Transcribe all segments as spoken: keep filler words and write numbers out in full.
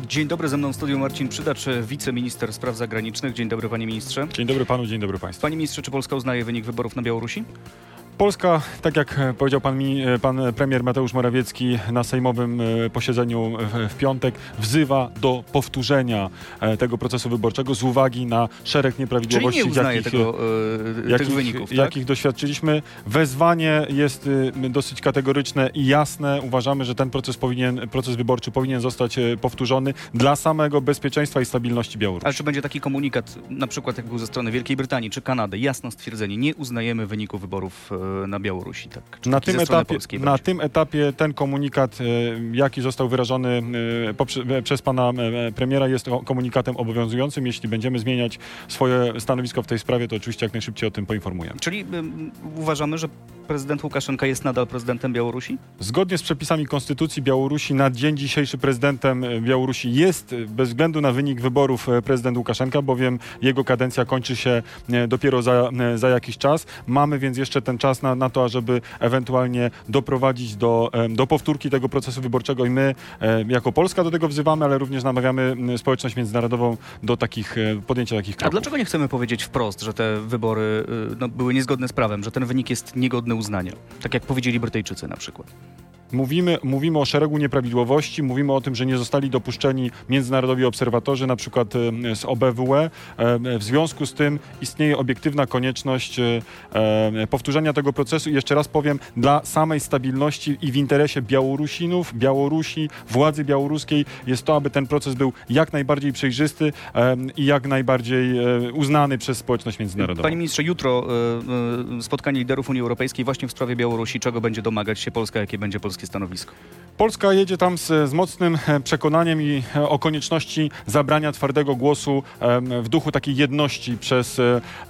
Dzień dobry, ze mną w studiu Marcin Przydacz, wiceminister spraw zagranicznych. Dzień dobry, panie ministrze. Dzień dobry panu, dzień dobry państwu. Panie ministrze, czy Polska uznaje wynik wyborów na Białorusi? Polska, tak jak powiedział pan, mi, pan premier Mateusz Morawiecki na sejmowym posiedzeniu w piątek, wzywa do powtórzenia tego procesu wyborczego z uwagi na szereg nieprawidłowości, Czyli nie uznaje jakich, tego, e, jakich, tych wyników, tak? jakich doświadczyliśmy. Wezwanie jest dosyć kategoryczne i jasne. Uważamy, że ten proces powinien, proces wyborczy powinien zostać powtórzony dla samego bezpieczeństwa i stabilności Białorusi. Ale czy będzie taki komunikat, na przykład jak był ze strony Wielkiej Brytanii czy Kanady, jasno stwierdzenie, nie uznajemy wyniku wyborów na Białorusi, tak? Czy Na tym, etapie, na będzie? tym etapie ten komunikat, jaki został wyrażony przez pana premiera, jest komunikatem obowiązującym. Jeśli będziemy zmieniać swoje stanowisko w tej sprawie, to oczywiście jak najszybciej o tym poinformujemy. Czyli um, uważamy, że prezydent Łukaszenka jest nadal prezydentem Białorusi? Zgodnie z przepisami Konstytucji Białorusi na dzień dzisiejszy prezydentem Białorusi jest, bez względu na wynik wyborów, prezydent Łukaszenka, bowiem jego kadencja kończy się dopiero za, za jakiś czas. Mamy więc jeszcze ten czas na, na to, ażeby ewentualnie doprowadzić do, do powtórki tego procesu wyborczego i my jako Polska do tego wzywamy, ale również namawiamy społeczność międzynarodową do takich, podjęcia takich kroków. A dlaczego nie chcemy powiedzieć wprost, że te wybory no, były niezgodne z prawem, że ten wynik jest niegodny uznania? Tak jak powiedzieli Brytyjczycy na przykład. Mówimy, mówimy o szeregu nieprawidłowości, mówimy o tym, że nie zostali dopuszczeni międzynarodowi obserwatorzy, na przykład z O B W E. W związku z tym istnieje obiektywna konieczność powtórzenia tego procesu i jeszcze raz powiem, dla samej stabilności i w interesie Białorusinów, Białorusi, władzy białoruskiej jest to, aby ten proces był jak najbardziej przejrzysty i jak najbardziej uznany przez społeczność międzynarodową. Panie ministrze, jutro spotkanie liderów Unii Europejskiej właśnie w sprawie Białorusi. Czego będzie domagać się Polska, jakie będzie polskie stanowisko? Polska jedzie tam z, z mocnym przekonaniem i o konieczności zabrania twardego głosu w duchu takiej jedności przez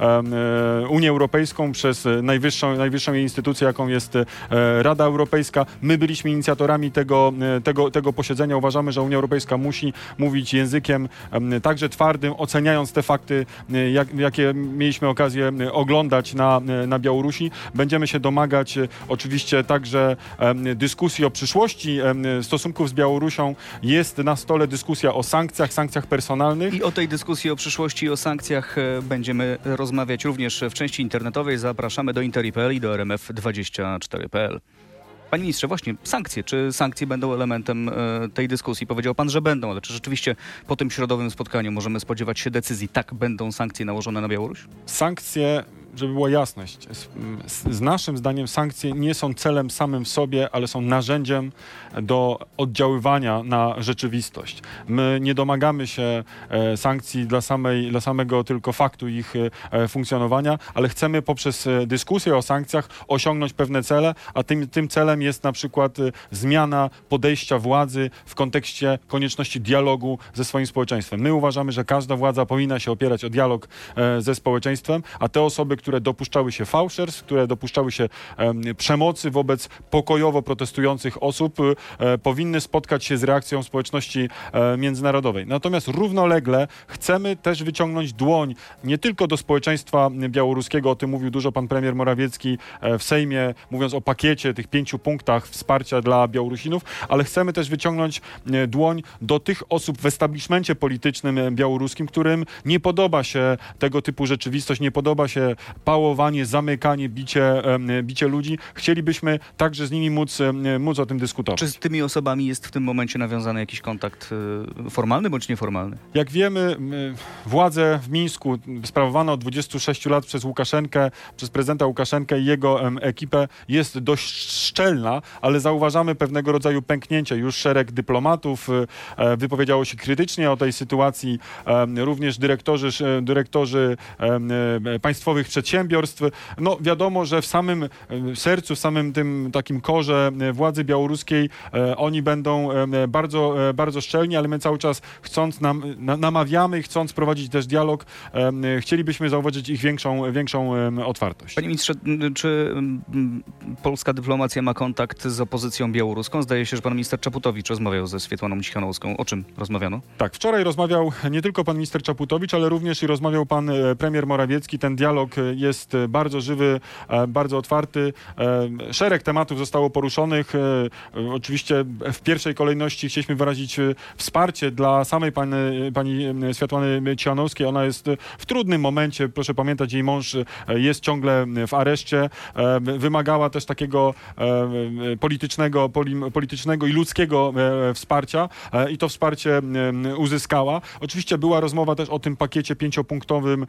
Unię Europejską, przez najwyższą, najwyższą jej instytucję, jaką jest Rada Europejska. My byliśmy inicjatorami tego, tego, tego posiedzenia. Uważamy, że Unia Europejska musi mówić językiem także twardym, oceniając te fakty, jak, jakie mieliśmy okazję oglądać na, na Białorusi. Będziemy się domagać oczywiście także dyskusji o przyszłości stosunków z Białorusią. Jest na stole dyskusja o sankcjach, sankcjach personalnych. I o tej dyskusji o przyszłości i o sankcjach będziemy rozmawiać również w części internetowej. Zapraszamy do interi kropka p l i do r m f dwadzieścia cztery kropka p l. Panie ministrze, właśnie sankcje. Czy sankcje będą elementem e, tej dyskusji? Powiedział pan, że będą, ale czy rzeczywiście po tym środowym spotkaniu możemy spodziewać się decyzji, tak, będą sankcje nałożone na Białoruś? Sankcje, żeby była jasność, z, z naszym zdaniem sankcje nie są celem samym w sobie, ale są narzędziem do oddziaływania na rzeczywistość. My nie domagamy się e, sankcji dla, samej, dla samego tylko faktu ich e, funkcjonowania, ale chcemy poprzez dyskusję o sankcjach osiągnąć pewne cele, a tym, tym celem jest na przykład e, zmiana podejścia władzy w kontekście konieczności dialogu ze swoim społeczeństwem. My uważamy, że każda władza powinna się opierać o dialog e, ze społeczeństwem, a te osoby, które dopuszczały się fałszerstw, które dopuszczały się e, przemocy wobec pokojowo protestujących osób, e, powinny spotkać się z reakcją społeczności e, międzynarodowej. Natomiast równolegle chcemy też wyciągnąć dłoń nie tylko do społeczeństwa białoruskiego, o tym mówił dużo pan premier Morawiecki e, w Sejmie, mówiąc o pakiecie, tych pięciu punktach wsparcia dla Białorusinów, ale chcemy też wyciągnąć e, dłoń do tych osób w establishmencie politycznym białoruskim, którym nie podoba się tego typu rzeczywistość, nie podoba się pałowanie, zamykanie, bicie, bicie ludzi. Chcielibyśmy także z nimi móc, móc o tym dyskutować. Czy z tymi osobami jest w tym momencie nawiązany jakiś kontakt formalny bądź nieformalny? Jak wiemy, władze w Mińsku sprawowane od dwudziestu sześciu lat przez Łukaszenkę, przez prezydenta Łukaszenkę i jego ekipę jest dość szczelna, ale zauważamy pewnego rodzaju pęknięcie. Już szereg dyplomatów wypowiedziało się krytycznie o tej sytuacji. Również dyrektorzy, dyrektorzy państwowych przedsiębiorstw. No wiadomo, że w samym sercu, w samym tym takim korze władzy białoruskiej oni będą bardzo, bardzo szczelni, ale my cały czas chcąc nam, namawiamy i chcąc prowadzić też dialog, chcielibyśmy zauważyć ich większą, większą otwartość. Panie ministrze, czy polska dyplomacja ma kontakt z opozycją białoruską? Zdaje się, że pan minister Czaputowicz rozmawiał ze Swietłaną Cichanouszką. O czym rozmawiano? Tak, wczoraj rozmawiał nie tylko pan minister Czaputowicz, ale również i rozmawiał pan premier Morawiecki. Ten dialog jest bardzo żywy, bardzo otwarty. Szereg tematów zostało poruszonych. Oczywiście w pierwszej kolejności chcieliśmy wyrazić wsparcie dla samej pani, pani Światłany Cichanouskiej. Ona jest w trudnym momencie. Proszę pamiętać, jej mąż jest ciągle w areszcie. Wymagała też takiego politycznego, politycznego i ludzkiego wsparcia i to wsparcie uzyskała. Oczywiście była rozmowa też o tym pakiecie pięciopunktowym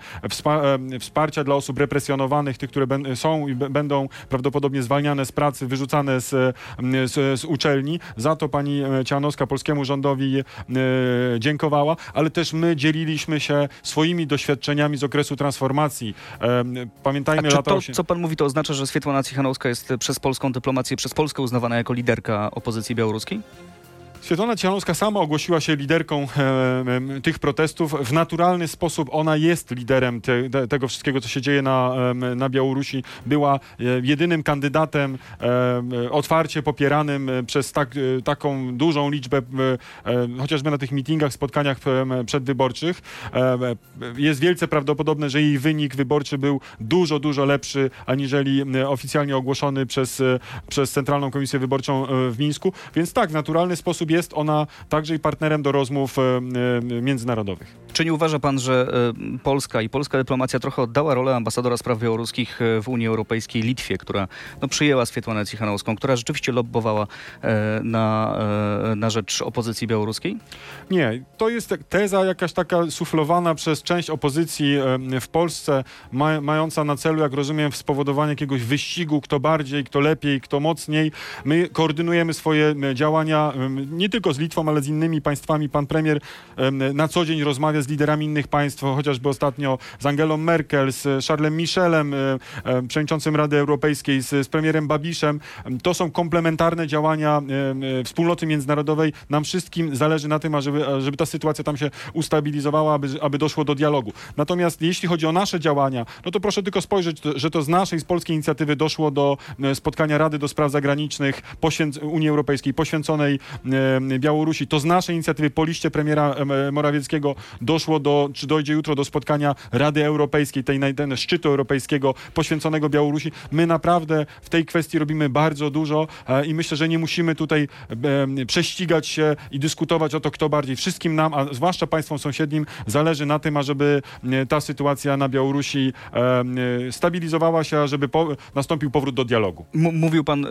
wsparcia dla osób represjonowanych, tych, które są i będą prawdopodobnie zwalniane z pracy, wyrzucane z, z, z uczelni. Za to pani Cichanouska polskiemu rządowi e, dziękowała, ale też my dzieliliśmy się swoimi doświadczeniami z okresu transformacji. E, pamiętajmy A czy lata to, osie... co pan mówi, to oznacza, że Światłana Cichanouska jest przez polską dyplomację, przez Polskę uznawana jako liderka opozycji białoruskiej? Światłana Cichanouska sama ogłosiła się liderką e, e, tych protestów. W naturalny sposób ona jest liderem te, te, tego wszystkiego, co się dzieje na, e, na Białorusi. Była e, jedynym kandydatem e, otwarcie popieranym przez tak, e, taką dużą liczbę, e, e, chociażby na tych mitingach, spotkaniach e, przedwyborczych. E, jest wielce prawdopodobne, że jej wynik wyborczy był dużo, dużo lepszy, aniżeli oficjalnie ogłoszony przez, przez Centralną Komisję Wyborczą w Mińsku. Więc tak, w naturalny sposób jest ona także i partnerem do rozmów e, e, międzynarodowych. Czy nie uważa pan, że e, Polska i polska dyplomacja trochę oddała rolę ambasadora spraw białoruskich w Unii Europejskiej Litwie, która no, przyjęła Światłanę Cichanouską, która rzeczywiście lobbowała e, na, e, na rzecz opozycji białoruskiej? Nie, to jest teza jakaś taka suflowana przez część opozycji e, w Polsce, ma, mająca na celu, jak rozumiem, spowodowanie jakiegoś wyścigu, kto bardziej, kto lepiej, kto mocniej. My koordynujemy swoje działania e, nie tylko z Litwą, ale z innymi państwami. Pan premier na co dzień rozmawia z liderami innych państw, chociażby ostatnio z Angelą Merkel, z Charlesem Michelem, przewodniczącym Rady Europejskiej, z, z premierem Babiszem. To są komplementarne działania wspólnoty międzynarodowej. Nam wszystkim zależy na tym, ażeby, żeby ta sytuacja tam się ustabilizowała, aby, aby doszło do dialogu. Natomiast jeśli chodzi o nasze działania, no to proszę tylko spojrzeć, że to z naszej, z polskiej inicjatywy doszło do spotkania Rady do Spraw Zagranicznych poświęc- Unii Europejskiej poświęconej Białorusi. To z naszej inicjatywy po liście premiera Morawieckiego doszło do, czy dojdzie jutro do spotkania Rady Europejskiej, tej, tej szczytu europejskiego poświęconego Białorusi. My naprawdę w tej kwestii robimy bardzo dużo e, i myślę, że nie musimy tutaj e, prześcigać się i dyskutować o to, kto bardziej. Wszystkim nam, a zwłaszcza państwom sąsiednim, zależy na tym, ażeby e, ta sytuacja na Białorusi e, stabilizowała się, żeby po, nastąpił powrót do dialogu. M- mówił pan e,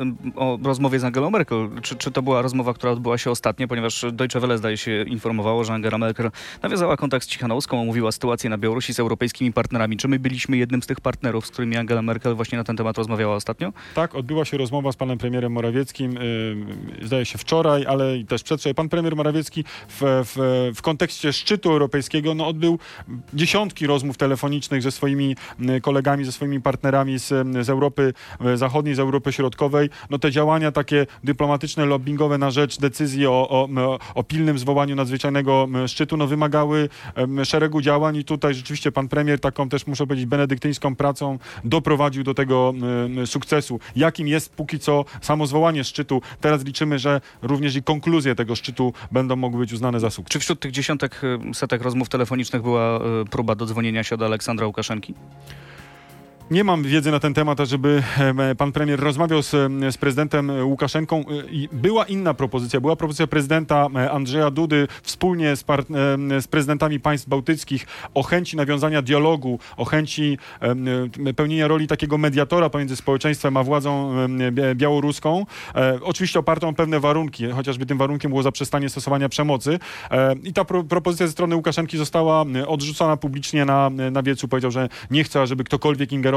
o rozmowie z Angelą Merkel. Czy, czy to była rozmowa, która odbyła się ostatnio, ponieważ Deutsche Welle, zdaje się, informowało, że Angela Merkel nawiązała kontakt z Cichanouską, omówiła sytuację na Białorusi z europejskimi partnerami. Czy my byliśmy jednym z tych partnerów, z którymi Angela Merkel właśnie na ten temat rozmawiała ostatnio? Tak, odbyła się rozmowa z panem premierem Morawieckim, yy, zdaje się wczoraj, ale i też przedwczoraj. Pan premier Morawiecki w, w, w kontekście szczytu europejskiego no, odbył dziesiątki rozmów telefonicznych ze swoimi kolegami, ze swoimi partnerami z, z Europy Zachodniej, z Europy Środkowej. No te działania takie dyplomatyczne, lobbingowe na rzecz decyzji o, o, o pilnym zwołaniu nadzwyczajnego szczytu, no wymagały um, szeregu działań i tutaj rzeczywiście pan premier taką też, muszę powiedzieć, benedyktyńską pracą doprowadził do tego um, sukcesu. Jakim jest póki co samo zwołanie szczytu. Teraz liczymy, że również i konkluzje tego szczytu będą mogły być uznane za sukces. Czy wśród tych dziesiątek, setek rozmów telefonicznych była y, próba dodzwonienia się do Aleksandra Łukaszenki? Nie mam wiedzy na ten temat, żeby pan premier rozmawiał z, z prezydentem Łukaszenką. Była inna propozycja. Była propozycja prezydenta Andrzeja Dudy wspólnie z, par, z prezydentami państw bałtyckich o chęci nawiązania dialogu, o chęci pełnienia roli takiego mediatora pomiędzy społeczeństwem a władzą białoruską. Oczywiście opartą o pewne warunki, chociażby tym warunkiem było zaprzestanie stosowania przemocy. I ta pro, propozycja ze strony Łukaszenki została odrzucona publicznie na, na wiecu. Powiedział, że nie chce, żeby ktokolwiek ingerował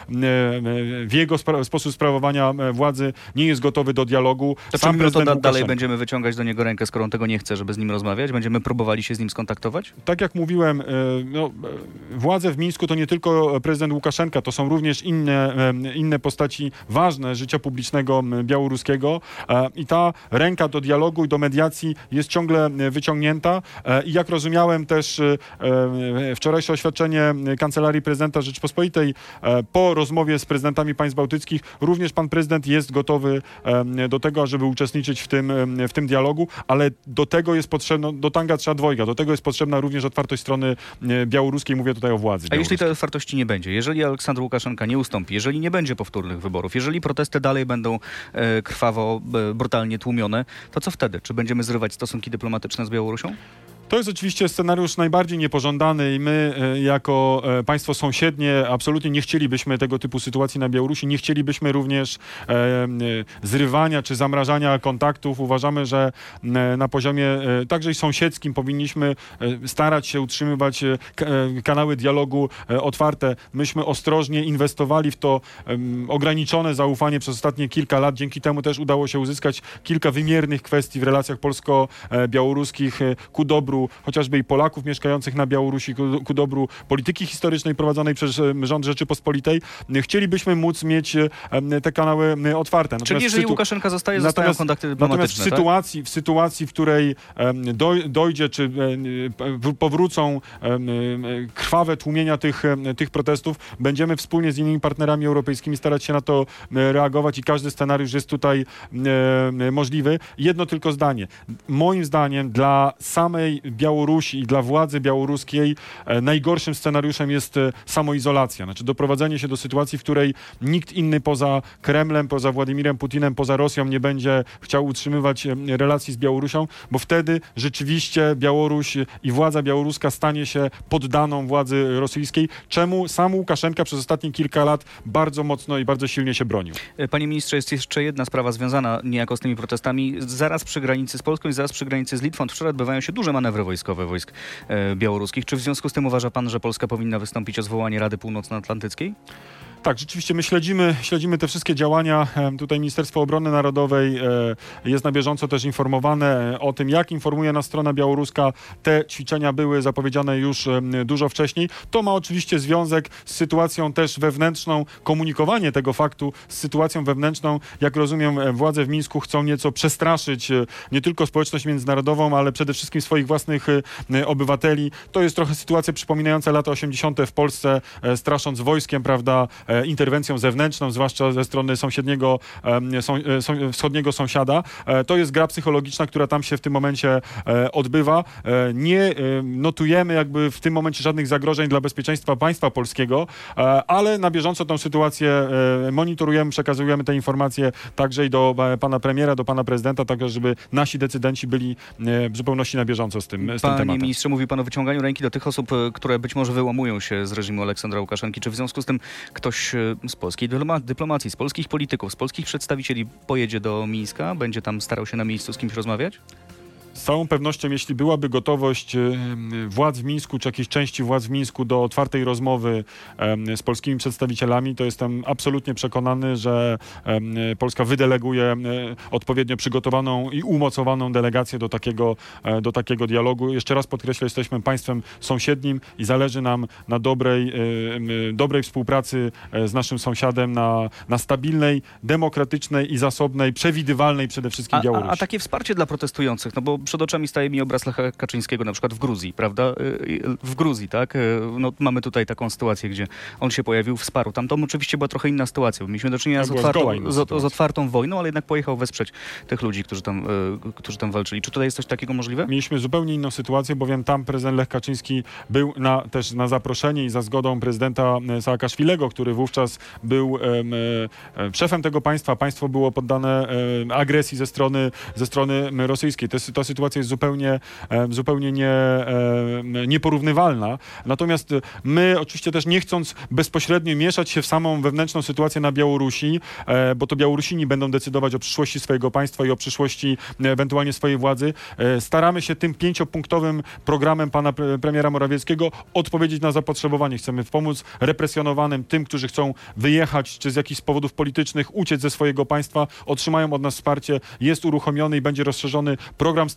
w jego spra- sposób sprawowania władzy, nie jest gotowy do dialogu. To Sam czy my to da- dalej Łukaszenka. będziemy wyciągać do niego rękę, skoro on tego nie chce, żeby z nim rozmawiać? Będziemy próbowali się z nim skontaktować? Tak jak mówiłem, no, władze w Mińsku to nie tylko prezydent Łukaszenka, to są również inne, inne postaci ważne życia publicznego białoruskiego i ta ręka do dialogu i do mediacji jest ciągle wyciągnięta i jak rozumiałem też wczorajsze oświadczenie Kancelarii Prezydenta Rzeczypospolitej Po rozmowie z prezydentami państw bałtyckich również pan prezydent jest gotowy do tego, żeby uczestniczyć w tym, w tym dialogu, ale do tego jest potrzebna, do tanga trzeba dwojga, do tego jest potrzebna również otwartość strony białoruskiej, mówię tutaj o władzy. A jeśli tej otwartości nie będzie, jeżeli Aleksandr Łukaszenka nie ustąpi, jeżeli nie będzie powtórnych wyborów, jeżeli protesty dalej będą e, krwawo, e, brutalnie tłumione, to co wtedy? Czy będziemy zrywać stosunki dyplomatyczne z Białorusią? To jest oczywiście scenariusz najbardziej niepożądany i my e, jako e, państwo sąsiednie absolutnie nie chcielibyśmy tego typu sytuacji na Białorusi. Nie chcielibyśmy również e, e, zrywania czy zamrażania kontaktów. Uważamy, że e, na poziomie e, także i sąsiedzkim powinniśmy e, starać się utrzymywać e, kanały dialogu e, otwarte. Myśmy ostrożnie inwestowali w to e, ograniczone zaufanie przez ostatnie kilka lat. Dzięki temu też udało się uzyskać kilka wymiernych kwestii w relacjach polsko-białoruskich e, ku dobru chociażby i Polaków mieszkających na Białorusi, ku, ku dobru polityki historycznej prowadzonej przez rząd Rzeczypospolitej. Chcielibyśmy móc mieć te kanały otwarte. Czyli jeżeli sytu... Łukaszenka zostaje, zostają kontakty dyplomatyczne, Natomiast w sytuacji, tak? w sytuacji, w której doj, dojdzie, czy powrócą krwawe tłumienia tych, tych protestów, będziemy wspólnie z innymi partnerami europejskimi starać się na to reagować i każdy scenariusz jest tutaj możliwy. Jedno tylko zdanie. Moim zdaniem dla samej Białorusi i dla władzy białoruskiej e, najgorszym scenariuszem jest e, samoizolacja. Znaczy doprowadzenie się do sytuacji, w której nikt inny poza Kremlem, poza Władimirem Putinem, poza Rosją nie będzie chciał utrzymywać e, relacji z Białorusią, bo wtedy rzeczywiście Białoruś i władza białoruska stanie się poddaną władzy rosyjskiej, czemu sam Łukaszenka przez ostatnie kilka lat bardzo mocno i bardzo silnie się bronił. Panie ministrze, jest jeszcze jedna sprawa związana niejako z tymi protestami. Zaraz przy granicy z Polską i zaraz przy granicy z Litwą wczoraj odbywają się duże manewry wojskowe wojsk e, białoruskich. Czy w związku z tym uważa pan, że Polska powinna wystąpić o zwołanie Rady Północnoatlantyckiej? Tak, rzeczywiście my śledzimy, śledzimy te wszystkie działania. Tutaj Ministerstwo Obrony Narodowej jest na bieżąco też informowane o tym, jak informuje nas strona białoruska. Te ćwiczenia były zapowiedziane już dużo wcześniej. To ma oczywiście związek z sytuacją też wewnętrzną, komunikowanie tego faktu z sytuacją wewnętrzną. Jak rozumiem, władze w Mińsku chcą nieco przestraszyć nie tylko społeczność międzynarodową, ale przede wszystkim swoich własnych obywateli. To jest trochę sytuacja przypominająca lata osiemdziesiąte w Polsce, strasząc wojskiem, prawda, interwencją zewnętrzną, zwłaszcza ze strony sąsiedniego, wschodniego sąsiada. To jest gra psychologiczna, która tam się w tym momencie odbywa. Nie notujemy jakby w tym momencie żadnych zagrożeń dla bezpieczeństwa państwa polskiego, ale na bieżąco tę sytuację monitorujemy, przekazujemy te informacje także i do pana premiera, do pana prezydenta, tak żeby nasi decydenci byli w zupełności na bieżąco z tym, z tym tematem. Panie ministrze, mówi pan o wyciąganiu ręki do tych osób, które być może wyłamują się z reżimu Aleksandra Łukaszenki. Czy w związku z tym ktoś z polskiej dyplomacji, z polskich polityków, z polskich przedstawicieli pojedzie do Mińska? Będzie tam starał się na miejscu z kimś rozmawiać? Z całą pewnością, jeśli byłaby gotowość władz w Mińsku, czy jakiejś części władz w Mińsku do otwartej rozmowy z polskimi przedstawicielami, to jestem absolutnie przekonany, że Polska wydeleguje odpowiednio przygotowaną i umocowaną delegację do takiego, do takiego dialogu. Jeszcze raz podkreślę, jesteśmy państwem sąsiednim i zależy nam na dobrej, dobrej współpracy z naszym sąsiadem, na, na stabilnej, demokratycznej i zasobnej, przewidywalnej przede wszystkim Białorusi. A, a takie wsparcie dla protestujących, no bo przed oczami staje mi obraz Lecha Kaczyńskiego na przykład w Gruzji, prawda? W Gruzji, tak? No, mamy tutaj taką sytuację, gdzie on się pojawił, wsparł. Tam to oczywiście była trochę inna sytuacja. Mieliśmy do czynienia z otwartą, z, z otwartą wojną, ale jednak pojechał wesprzeć tych ludzi, którzy tam, y, którzy tam walczyli. Czy tutaj jest coś takiego możliwe? Mieliśmy zupełnie inną sytuację, bowiem tam prezydent Lech Kaczyński był na, też na zaproszenie i za zgodą prezydenta Saakaszwilego, który wówczas był e, e, szefem tego państwa. Państwo było poddane e, agresji ze strony, ze strony rosyjskiej. To, to sytuacja jest zupełnie, zupełnie nie, nieporównywalna. Natomiast my oczywiście też nie chcąc bezpośrednio mieszać się w samą wewnętrzną sytuację na Białorusi, bo to Białorusini będą decydować o przyszłości swojego państwa i o przyszłości ewentualnie swojej władzy, staramy się tym pięciopunktowym programem pana premiera Morawieckiego odpowiedzieć na zapotrzebowanie. Chcemy pomóc represjonowanym, tym, którzy chcą wyjechać, czy z jakichś powodów politycznych uciec ze swojego państwa, otrzymają od nas wsparcie. Jest uruchomiony i będzie rozszerzony program stypendialny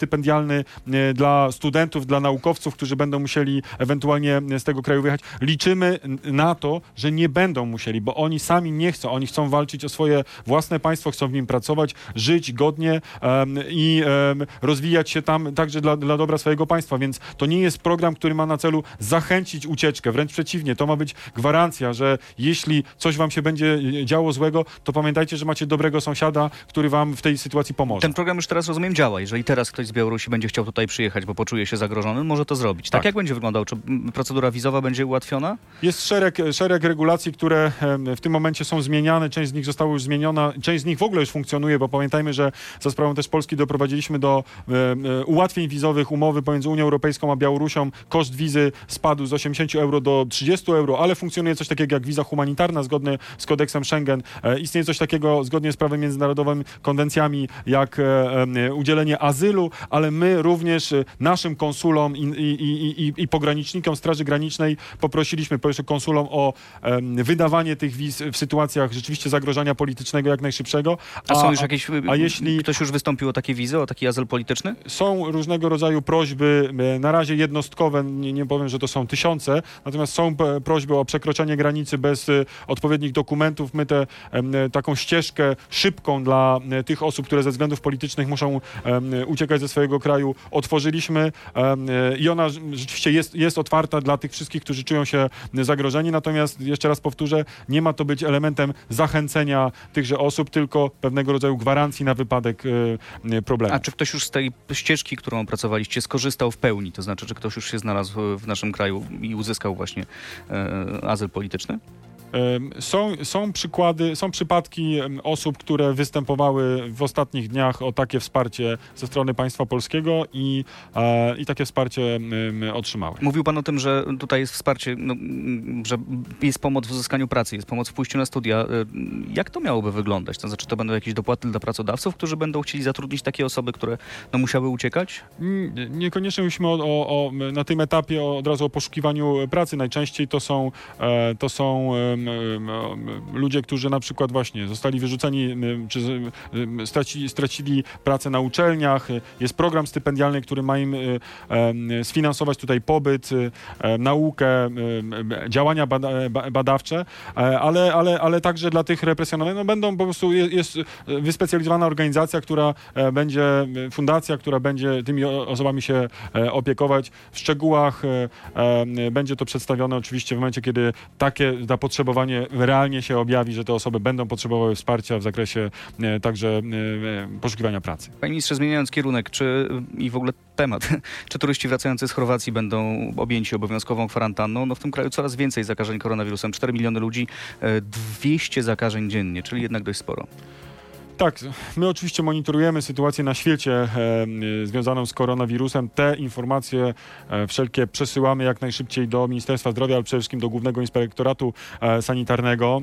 stypendialny e, dla studentów, dla naukowców, którzy będą musieli ewentualnie z tego kraju wyjechać. Liczymy na to, że nie będą musieli, bo oni sami nie chcą. Oni chcą walczyć o swoje własne państwo, chcą w nim pracować, żyć godnie um, i um, rozwijać się tam także dla, dla dobra swojego państwa. Więc to nie jest program, który ma na celu zachęcić ucieczkę. Wręcz przeciwnie, to ma być gwarancja, że jeśli coś wam się będzie działo złego, to pamiętajcie, że macie dobrego sąsiada, który wam w tej sytuacji pomoże. Ten program już teraz, rozumiem, działa. Jeżeli teraz ktoś z Białorusi będzie chciał tutaj przyjechać, bo poczuje się zagrożony, może to zrobić. Tak, Tak. jak będzie wyglądał? Czy procedura wizowa będzie ułatwiona? Jest szereg, szereg regulacji, które w tym momencie są zmieniane. Część z nich została już zmieniona, część z nich w ogóle już funkcjonuje, bo pamiętajmy, że za sprawą też Polski doprowadziliśmy do e, ułatwień wizowych, umowy pomiędzy Unią Europejską a Białorusią. Koszt wizy spadł z osiemdziesiąt euro do trzydzieści euro, ale funkcjonuje coś takiego jak wiza humanitarna zgodnie z kodeksem Schengen. E, istnieje coś takiego zgodnie z prawem międzynarodowym, konwencjami, jak e, e, udzielenie azylu, ale my również e, naszym konsulom i, i, i, i, i pogranicznikom Straży Granicznej poprosiliśmy, po pierwsze konsulom o e, wydawanie tych wiz w sytuacjach rzeczywiście zagrożenia politycznego jak najszybszego. A, a są już jakieś... A jeśli... Ktoś już wystąpił o takie wizy, o taki azyl polityczny? Są różnego rodzaju prośby, e, na razie jednostkowe, nie, nie powiem, że to są tysiące, natomiast są e, prośby o przekroczenie granicy bez e, odpowiednich dokumentów. My tę e, taką ścieżkę szybką dla e, tych osób, które ze względów politycznych muszą e, uciekać ze swojego kraju, otworzyliśmy e, i ona rzeczywiście jest, jest otwarta dla tych wszystkich, którzy czują się zagrożeni. Natomiast jeszcze raz powtórzę, nie ma to być elementem zachęcenia tychże osób, tylko pewnego rodzaju gwarancji na wypadek e, problemu. A czy ktoś już z tej ścieżki, którą opracowaliście, skorzystał w pełni? To znaczy, czy ktoś już się znalazł w naszym kraju i uzyskał właśnie e, azyl polityczny? Są, są przykłady, są przypadki osób, które występowały w ostatnich dniach o takie wsparcie ze strony państwa polskiego i, e, i takie wsparcie otrzymały. Mówił pan o tym, że tutaj jest wsparcie, no, że jest pomoc w uzyskaniu pracy, jest pomoc w pójściu na studia. Jak to miałoby wyglądać? To znaczy, to będą jakieś dopłaty dla pracodawców, którzy będą chcieli zatrudnić takie osoby, które no, musiały uciekać? Niekoniecznie mówimy o, o, o, na tym etapie od razu o poszukiwaniu pracy. Najczęściej to są, e, to są ludzie, którzy na przykład właśnie zostali wyrzuceni, czy stracili, stracili pracę na uczelniach. Jest program stypendialny, który ma im sfinansować tutaj pobyt, naukę, działania badawcze, ale, ale, ale także dla tych represjonowanych no będą po prostu, jest wyspecjalizowana organizacja, która będzie, fundacja, która będzie tymi osobami się opiekować. W szczegółach będzie to przedstawione oczywiście w momencie, kiedy takie zapotrzebowanie realnie się objawi, że te osoby będą potrzebowały wsparcia w zakresie e, także e, poszukiwania pracy. Panie ministrze, zmieniając kierunek, czy i w ogóle temat, czy turyści wracający z Chorwacji będą objęci obowiązkową kwarantanną? No w tym kraju coraz więcej zakażeń koronawirusem, cztery miliony ludzi, e, dwieście zakażeń dziennie, czyli jednak dość sporo. Tak, my oczywiście monitorujemy sytuację na świecie e, związaną z koronawirusem. Te informacje e, wszelkie przesyłamy jak najszybciej do Ministerstwa Zdrowia, ale przede wszystkim do Głównego Inspektoratu e, Sanitarnego.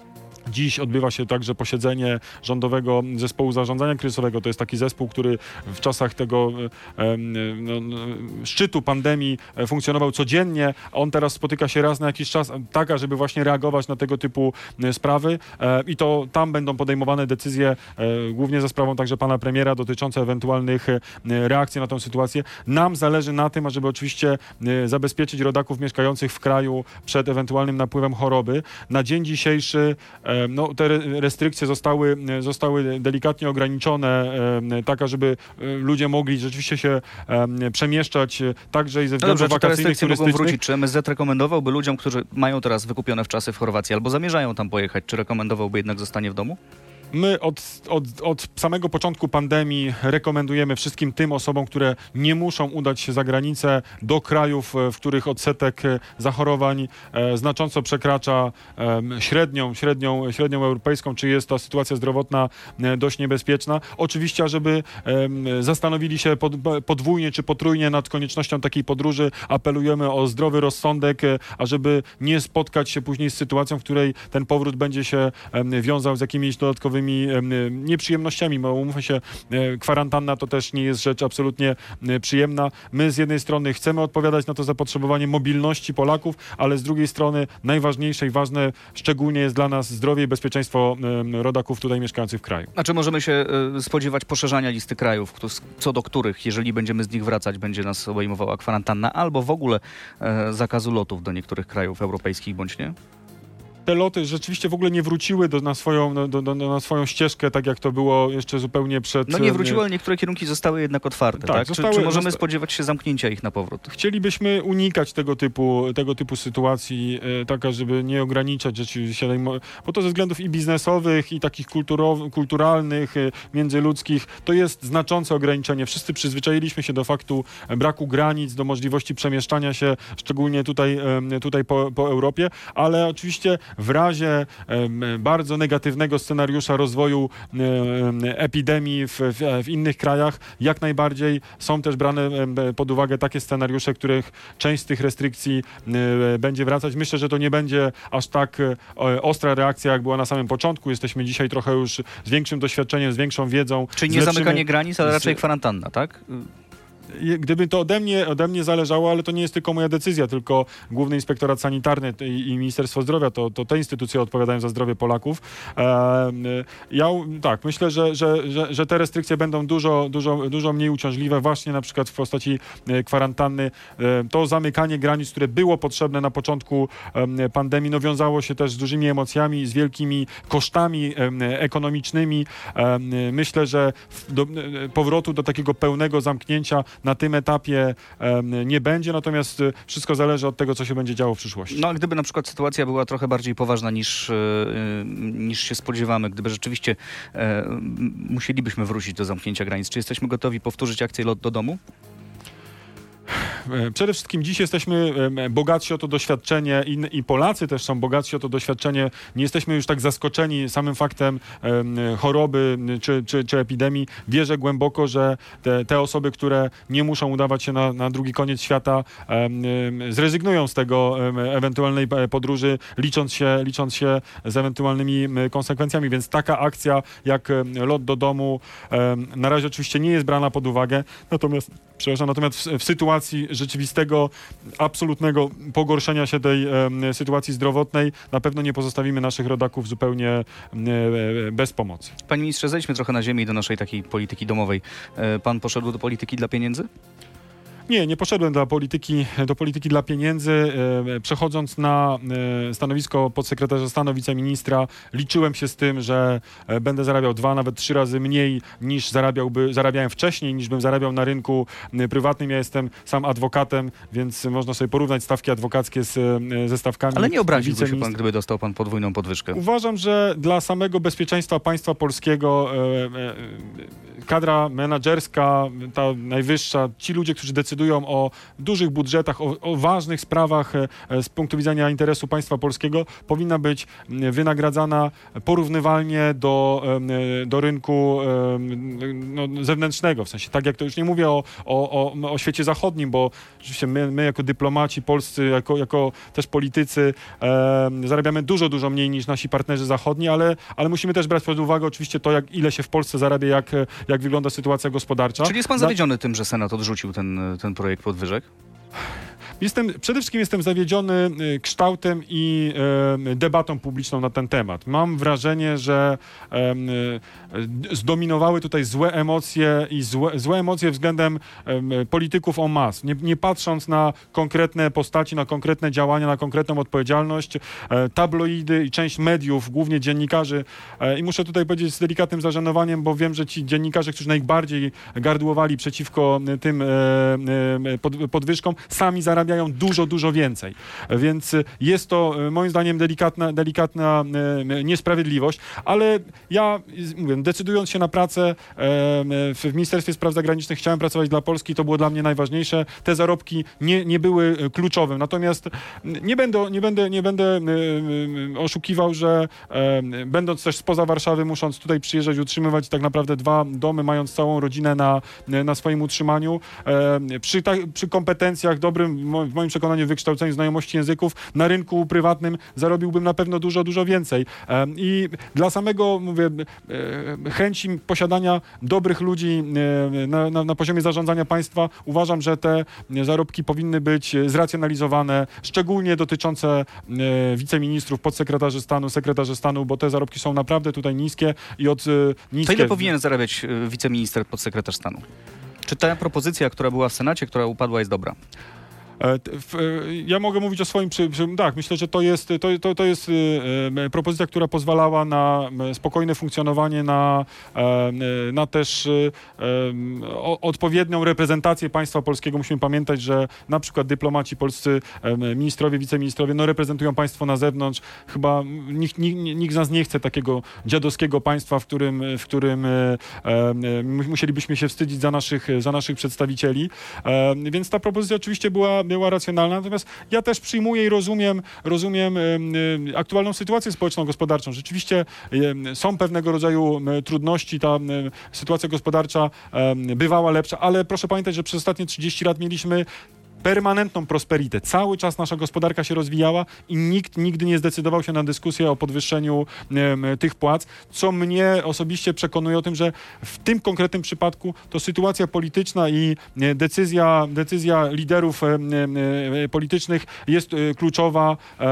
Dziś odbywa się także posiedzenie Rządowego Zespołu Zarządzania Kryzysowego. To jest taki zespół, który w czasach tego e, no, szczytu pandemii funkcjonował codziennie. On teraz spotyka się raz na jakiś czas, tak, żeby właśnie reagować na tego typu sprawy e, i to tam będą podejmowane decyzje, e, głównie za sprawą także pana premiera, dotyczące ewentualnych e, reakcji na tę sytuację. Nam zależy na tym, ażeby oczywiście e, zabezpieczyć rodaków mieszkających w kraju przed ewentualnym napływem choroby. Na dzień dzisiejszy e, No, te restrykcje zostały, zostały delikatnie ograniczone, e, tak, żeby ludzie mogli rzeczywiście się e, przemieszczać także i ze względów no dobrze, wakacyjnych, czy te restrykcje mogą turystycznych. wrócić? Czy M S Z rekomendowałby ludziom, którzy mają teraz wykupione wczasy w Chorwacji albo zamierzają tam pojechać, czy rekomendowałby jednak zostanie w domu? My od, od, od samego początku pandemii rekomendujemy wszystkim tym osobom, które nie muszą udać się za granicę, do krajów, w których odsetek zachorowań e, znacząco przekracza e, średnią, średnią, średnią europejską, czy jest ta sytuacja zdrowotna e, dość niebezpieczna. Oczywiście, żeby e, zastanowili się pod, podwójnie czy potrójnie nad koniecznością takiej podróży, apelujemy o zdrowy rozsądek, e, ażeby nie spotkać się później z sytuacją, w której ten powrót będzie się e, wiązał z jakimiś dodatkowymi dodatkowymi nieprzyjemnościami, bo umówmy się, kwarantanna to też nie jest rzecz absolutnie przyjemna. My z jednej strony chcemy odpowiadać na to zapotrzebowanie mobilności Polaków, ale z drugiej strony najważniejsze i ważne szczególnie jest dla nas zdrowie i bezpieczeństwo rodaków tutaj mieszkających w kraju. A czy możemy się spodziewać poszerzania listy krajów, co do których, jeżeli będziemy z nich wracać, będzie nas obejmowała kwarantanna, albo w ogóle e, zakazu lotów do niektórych krajów europejskich, bądź nie? Te loty rzeczywiście w ogóle nie wróciły do, na, swoją, do, do, na swoją ścieżkę, tak jak to było jeszcze zupełnie przed... No nie wróciły, ale niektóre kierunki zostały jednak otwarte, tak? tak? Zostały, czy, czy możemy zosta... spodziewać się zamknięcia ich na powrót? Chcielibyśmy unikać tego typu, tego typu sytuacji, e, taka, żeby nie ograniczać rzeczywiście, bo to ze względów i biznesowych, i takich kulturow- kulturalnych, e, międzyludzkich, to jest znaczące ograniczenie. Wszyscy przyzwyczailiśmy się do faktu braku granic, do możliwości przemieszczania się, szczególnie tutaj, e, tutaj po, po Europie, ale oczywiście w razie e, bardzo negatywnego scenariusza rozwoju e, epidemii w, w, w innych krajach, jak najbardziej są też brane e, pod uwagę takie scenariusze, których część z tych restrykcji e, będzie wracać. Myślę, że to nie będzie aż tak e, ostra reakcja, jak była na samym początku. Jesteśmy dzisiaj trochę już z większym doświadczeniem, z większą wiedzą. Czyli nie zamykanie granic, ale raczej kwarantanna, tak? Gdyby to ode mnie, ode mnie zależało, ale to nie jest tylko moja decyzja, tylko Główny Inspektorat Sanitarny i, i Ministerstwo Zdrowia, to, to te instytucje odpowiadają za zdrowie Polaków. E, ja tak, myślę, że, że, że, że te restrykcje będą dużo, dużo, dużo mniej uciążliwe, właśnie na przykład w postaci kwarantanny. E, to zamykanie granic, które było potrzebne na początku e, pandemii, no wiązało się też z dużymi emocjami, z wielkimi kosztami e, ekonomicznymi. E, myślę, że w, do, powrotu do takiego pełnego zamknięcia na tym etapie um, nie będzie, natomiast y, wszystko zależy od tego, co się będzie działo w przyszłości. No a gdyby na przykład sytuacja była trochę bardziej poważna niż, y, niż się spodziewamy, gdyby rzeczywiście y, musielibyśmy wrócić do zamknięcia granic, czy jesteśmy gotowi powtórzyć akcję Lot do domu? Przede wszystkim dziś jesteśmy bogatsi o to doświadczenie i, i Polacy też są bogatsi o to doświadczenie. Nie jesteśmy już tak zaskoczeni samym faktem um, choroby czy, czy, czy epidemii. Wierzę głęboko, że te, te osoby, które nie muszą udawać się na, na drugi koniec świata, um, zrezygnują z tego um, ewentualnej podróży, licząc się, licząc się z ewentualnymi konsekwencjami. Więc taka akcja jak lot do domu um, na razie oczywiście nie jest brana pod uwagę. Natomiast, przepraszam, natomiast w, w sytuacji rzeczywistego, absolutnego pogorszenia się tej e, sytuacji zdrowotnej, na pewno nie pozostawimy naszych rodaków zupełnie e, bez pomocy. Panie ministrze, zejdźmy trochę na ziemię i do naszej takiej polityki domowej. E, pan poszedł do polityki dla pieniędzy? Nie, nie poszedłem do polityki, do polityki dla pieniędzy. E, przechodząc na e, stanowisko podsekretarza stanu, wiceministra, liczyłem się z tym, że e, będę zarabiał dwa, nawet trzy razy mniej niż zarabiałby, zarabiałem wcześniej, niż bym zarabiał na rynku e, prywatnym. Ja jestem sam adwokatem, więc można sobie porównać stawki adwokackie z, e, ze stawkami. Ale nie obraziłby się pan, gdyby dostał pan podwójną podwyżkę? Uważam, że dla samego bezpieczeństwa państwa polskiego e, e, kadra menadżerska, ta najwyższa, ci ludzie, którzy decydują o dużych budżetach, o, o ważnych sprawach e, z punktu widzenia interesu państwa polskiego, powinna być wynagradzana porównywalnie do, e, do rynku e, no, zewnętrznego. W sensie, tak jak to już nie mówię o, o, o, o świecie zachodnim, bo oczywiście my, my jako dyplomaci polscy, jako, jako też politycy e, zarabiamy dużo, dużo mniej niż nasi partnerzy zachodni, ale, ale musimy też brać pod uwagę oczywiście to, jak, ile się w Polsce zarabia, jak, jak wygląda sytuacja gospodarcza. Czyli jest pan zawiedziony tym, że Senat odrzucił ten, ten projekt podwyżek? Jestem, przede wszystkim jestem zawiedziony kształtem i e, debatą publiczną na ten temat. Mam wrażenie, że e, zdominowały tutaj złe emocje i złe, złe emocje względem e, polityków en masse. Nie, nie patrząc na konkretne postaci, na konkretne działania, na konkretną odpowiedzialność, e, tabloidy i część mediów, głównie dziennikarzy, e, i muszę tutaj powiedzieć z delikatnym zażenowaniem, bo wiem, że ci dziennikarze, którzy najbardziej gardłowali przeciwko tym e, e, pod, podwyżkom, sami zarabiają dużo, dużo więcej. Więc jest to moim zdaniem delikatna, delikatna e, niesprawiedliwość, ale ja mówię, decydując się na pracę e, w Ministerstwie Spraw Zagranicznych, chciałem pracować dla Polski, to było dla mnie najważniejsze. Te zarobki nie, nie były kluczowym. Natomiast nie będę, nie będę, nie będę e, oszukiwał, że e, będąc też spoza Warszawy, musząc tutaj przyjeżdżać, utrzymywać tak naprawdę dwa domy, mając całą rodzinę na, na swoim utrzymaniu, e, przy, ta, przy kompetencjach, dobrym w moim przekonaniu wykształceniu, znajomości języków na rynku prywatnym zarobiłbym na pewno dużo, dużo więcej. I dla samego, mówię, chęci posiadania dobrych ludzi na, na, na poziomie zarządzania państwa uważam, że te zarobki powinny być zracjonalizowane, szczególnie dotyczące wiceministrów, podsekretarzy stanu, sekretarzy stanu, bo te zarobki są naprawdę tutaj niskie i od niskie... To ile powinien zarabiać wiceminister, podsekretarz stanu? Czy ta propozycja, która była w Senacie, która upadła, jest dobra? Ja mogę mówić o swoim... Przy, przy, tak, myślę, że to jest, to, to, to jest e, propozycja, która pozwalała na spokojne funkcjonowanie, na, e, na też e, o, odpowiednią reprezentację państwa polskiego. Musimy pamiętać, że na przykład dyplomaci polscy, e, ministrowie, wiceministrowie, no reprezentują państwo na zewnątrz. Chyba nikt, nikt, nikt z nas nie chce takiego dziadowskiego państwa, w którym, w którym e, e, musielibyśmy się wstydzić za naszych, za naszych przedstawicieli. E, więc ta propozycja oczywiście była była racjonalna, natomiast ja też przyjmuję i rozumiem, rozumiem y, y, aktualną sytuację społeczno-gospodarczą. Rzeczywiście y, są pewnego rodzaju y, trudności, ta y, sytuacja gospodarcza y, bywała lepsza, ale proszę pamiętać, że przez ostatnie trzydzieści lat mieliśmy permanentną prosperitę. Cały czas nasza gospodarka się rozwijała i nikt nigdy nie zdecydował się na dyskusję o podwyższeniu e, tych płac, co mnie osobiście przekonuje o tym, że w tym konkretnym przypadku to sytuacja polityczna i e, decyzja, decyzja liderów e, e, politycznych jest e, kluczowa e,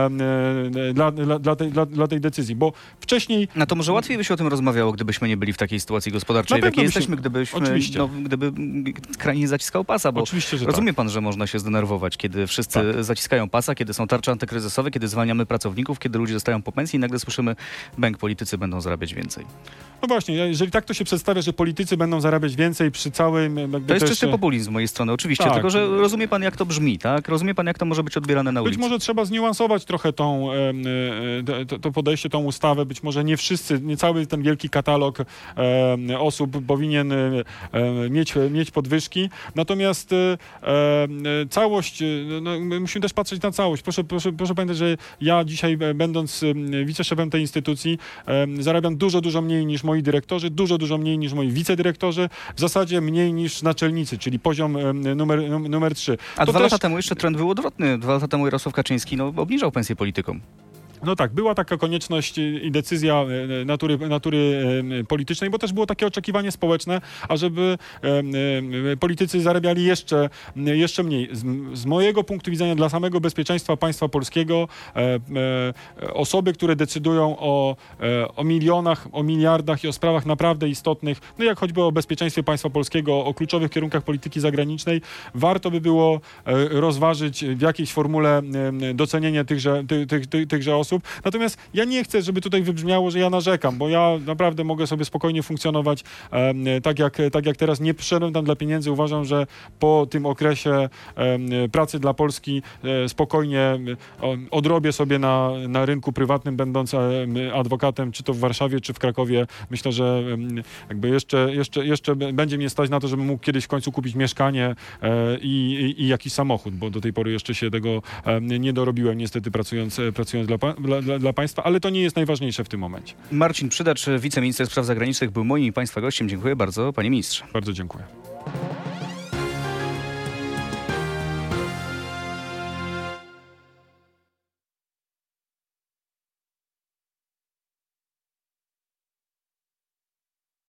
e, dla, dla, dla, tej, dla, dla tej decyzji, bo wcześniej... No to może łatwiej by się o tym rozmawiało, gdybyśmy nie byli w takiej sytuacji gospodarczej, w jakiej jesteśmy, gdybyśmy, Oczywiście. no, gdyby kraj nie zaciskał pasa, bo Oczywiście, że rozumie tak. pan, że można się zdenerwować, kiedy wszyscy Tak. zaciskają pasa, kiedy są tarcze antykryzysowe, kiedy zwalniamy pracowników, kiedy ludzie dostają po pensji i nagle słyszymy, bęk, politycy będą zarabiać więcej. No właśnie, jeżeli tak to się przedstawia, że politycy będą zarabiać więcej przy całym... jakby To jest też... czysty populizm z mojej strony, oczywiście, Tak. tylko że rozumie pan, jak to brzmi, tak? Rozumie pan, jak to może być odbierane na Być ulicy. może trzeba zniuansować trochę tą, e, e, to, to podejście, tą ustawę. Być może nie wszyscy, nie cały ten wielki katalog e, osób powinien e, mieć, mieć podwyżki. Natomiast e, e, całość, no, musimy też patrzeć na całość. Proszę, proszę, proszę pamiętać, że ja dzisiaj, będąc wiceszefem tej instytucji, e, zarabiam dużo, dużo mniej niż moi dyrektorzy, dużo, dużo mniej niż moi wicedyrektorzy, w zasadzie mniej niż naczelnicy, czyli poziom e, numer, numer trzy. A to dwa też... lata temu jeszcze trend był odwrotny. Dwa lata temu Jarosław Kaczyński no, obniżał pensję politykom. No tak, była taka konieczność i decyzja natury, natury politycznej, bo też było takie oczekiwanie społeczne, ażeby politycy zarabiali jeszcze, jeszcze mniej. Z, z mojego punktu widzenia dla samego bezpieczeństwa państwa polskiego osoby, które decydują o, o milionach, o miliardach i o sprawach naprawdę istotnych, no jak choćby o bezpieczeństwie państwa polskiego, o kluczowych kierunkach polityki zagranicznej, warto by było rozważyć w jakiejś formule docenienie tychże, tych, tych, tych, tychże osób. Natomiast ja nie chcę, żeby tutaj wybrzmiało, że ja narzekam, bo ja naprawdę mogę sobie spokojnie funkcjonować e, tak, jak, tak jak teraz. Nie przyszedłem tam dla pieniędzy. Uważam, że po tym okresie e, pracy dla Polski e, spokojnie e, odrobię sobie na, na rynku prywatnym, będąc e, adwokatem, czy to w Warszawie, czy w Krakowie. Myślę, że e, jakby jeszcze, jeszcze, jeszcze będzie mnie stać na to, żebym mógł kiedyś w końcu kupić mieszkanie e, i, i, i jakiś samochód, bo do tej pory jeszcze się tego e, nie dorobiłem, niestety pracując, pracując dla Dla, dla, dla państwa, ale to nie jest najważniejsze w tym momencie. Marcin Przydacz, wiceminister spraw zagranicznych, był moim i państwa gościem. Dziękuję bardzo, panie ministrze. Bardzo dziękuję.